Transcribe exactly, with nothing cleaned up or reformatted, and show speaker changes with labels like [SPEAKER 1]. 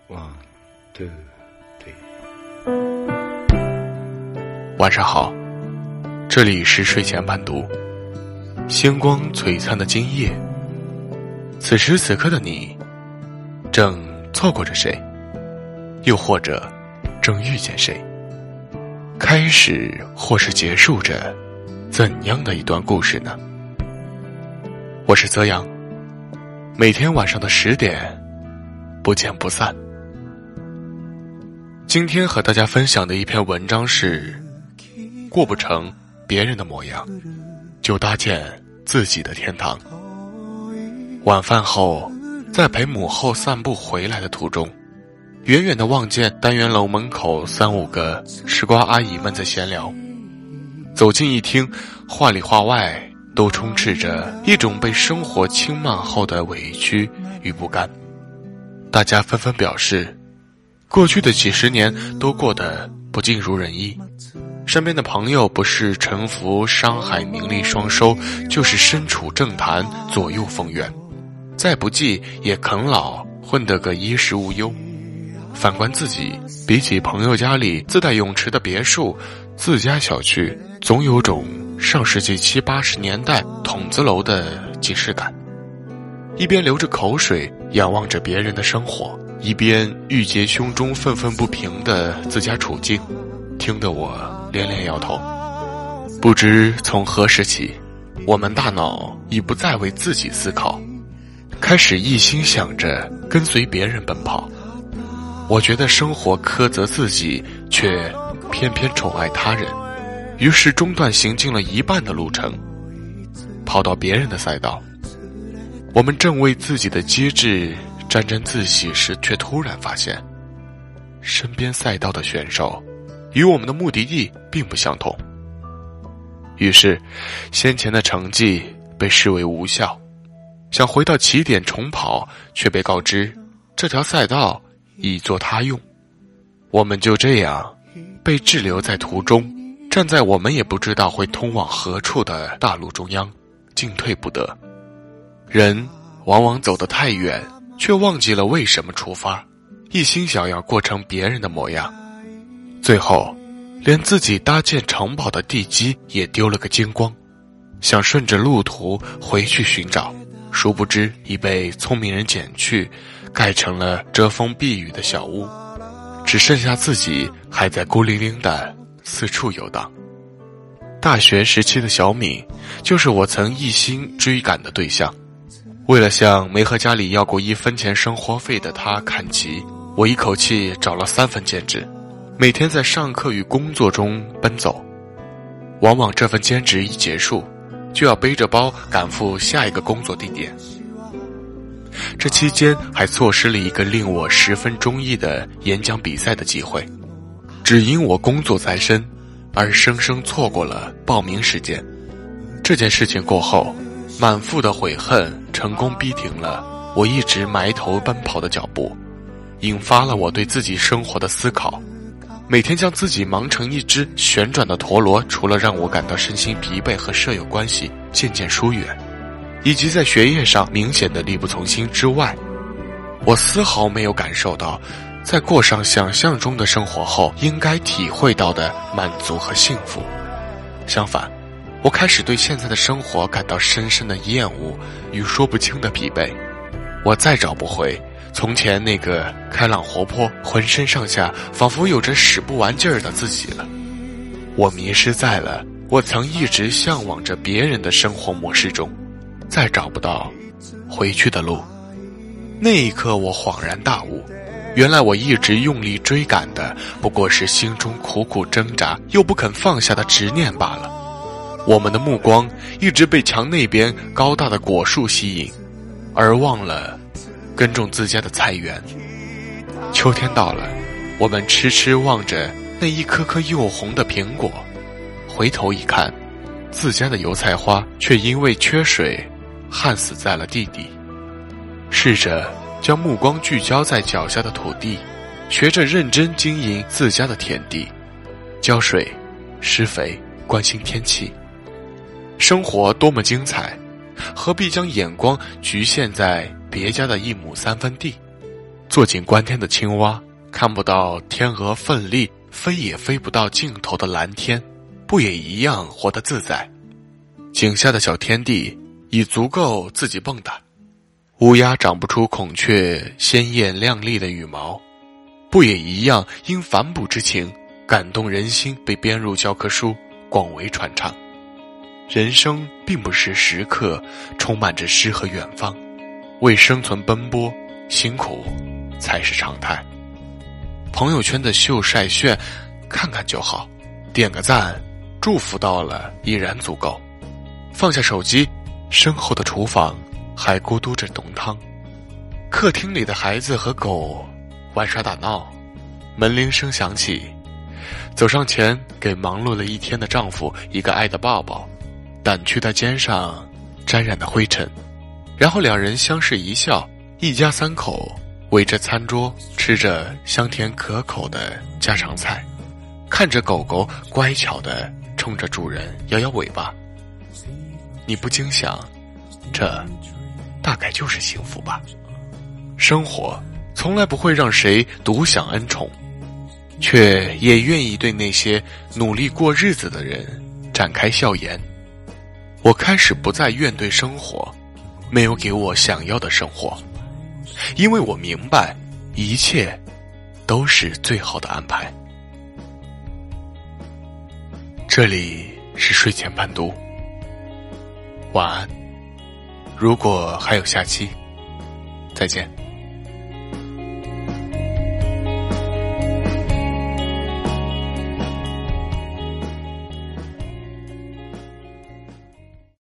[SPEAKER 1] One, two, three。
[SPEAKER 2] 晚上好，这里是睡前伴读。星光璀璨的今夜，此时此刻的你，正错过着谁？又或者正遇见谁？开始或是结束着怎样的一段故事呢？我是泽阳，每天晚上的十点，不见不散。今天和大家分享的一篇文章是：过不成别人的模样，就搭建自己的天堂。晚饭后，在陪母后散步回来的途中，远远地望见单元楼门口三五个吃瓜阿姨们在闲聊。走近一听，话里话外都充斥着一种被生活轻慢后的委屈与不甘。大家纷纷表示，过去的几十年都过得不尽如人意，身边的朋友不是沉浮商海名利双收，就是身处政坛左右逢源，再不济也啃老混得个衣食无忧。反观自己，比起朋友家里自带泳池的别墅，自家小区总有种上世纪七八十年代筒子楼的即视感。一边流着口水仰望着别人的生活，一边郁结胸中愤愤不平的自家处境，听得我连连摇头。不知从何时起，我们大脑已不再为自己思考，开始一心想着跟随别人奔跑。我觉得生活苛责自己，却偏偏宠爱他人，于是中断行进了一半的路程，跑到别人的赛道。我们正为自己的机智沾沾自喜时，却突然发现，身边赛道的选手与我们的目的地并不相同。于是先前的成绩被视为无效，想回到起点重跑，却被告知这条赛道已作他用。我们就这样被滞留在途中，站在我们也不知道会通往何处的大路中央，进退不得。人往往走得太远，却忘记了为什么出发，一心想要过成别人的模样，最后连自己搭建城堡的地基也丢了个精光。想顺着路途回去寻找，殊不知已被聪明人捡去，盖成了遮风避雨的小屋，只剩下自己还在孤零零地四处游荡。大学时期的小敏，就是我曾一心追赶的对象。为了向没和家里要过一分钱生活费的他看齐，我一口气找了三份兼职，每天在上课与工作中奔走。往往这份兼职一结束，就要背着包赶赴下一个工作地点。这期间还错失了一个令我十分中意的演讲比赛的机会，只因我工作在身，而生生错过了报名时间。这件事情过后，满腹的悔恨成功逼停了我一直埋头奔跑的脚步，引发了我对自己生活的思考。每天将自己忙成一只旋转的陀螺，除了让我感到身心疲惫和舍友关系渐渐疏远，以及在学业上明显的力不从心之外，我丝毫没有感受到在过上想象中的生活后应该体会到的满足和幸福。相反，我开始对现在的生活感到深深的厌恶与说不清的疲惫。我再找不回从前那个开朗活泼、浑身上下仿佛有着使不完劲儿的自己了。我迷失在了我曾一直向往着别人的生活模式中，再找不到回去的路。那一刻我恍然大悟，原来我一直用力追赶的不过是心中苦苦挣扎又不肯放下的执念罢了。我们的目光一直被墙那边高大的果树吸引，而忘了耕种自家的菜园。秋天到了，我们痴痴望着那一颗颗又红的苹果，回头一看，自家的油菜花却因为缺水旱死在了地底。试着将目光聚焦在脚下的土地，学着认真经营自家的田地，浇水、施肥、关心天气。生活多么精彩，何必将眼光局限在别家的一亩三分地？ 坐井观天的青蛙，看不到天鹅奋力飞也飞不到尽头的蓝天，不也一样活得自在？井下的小天地已足够自己蹦跶，乌鸦长不出孔雀鲜艳亮丽的羽毛，不也一样因反哺之情感动人心，被编入教科书，广为传唱？人生并不是时刻充满着诗和远方，为生存奔波，辛苦才是常态。朋友圈的秀晒炫看看就好，点个赞，祝福到了已然足够。放下手机，身后的厨房还咕嘟着浓汤，客厅里的孩子和狗玩耍打闹，门铃声响起，走上前给忙碌了一天的丈夫一个爱的抱抱，掸去他肩上沾染的灰尘，然后两人相视一笑，一家三口围着餐桌吃着香甜可口的家常菜，看着狗狗乖巧地冲着主人摇摇尾巴。你不禁想，这大概就是幸福吧。生活从来不会让谁独享恩宠，却也愿意对那些努力过日子的人展开笑颜。我开始不再怨对生活没有给我想要的生活，因为我明白一切都是最好的安排。这里是睡前伴读，晚安。如果还有下期，再见。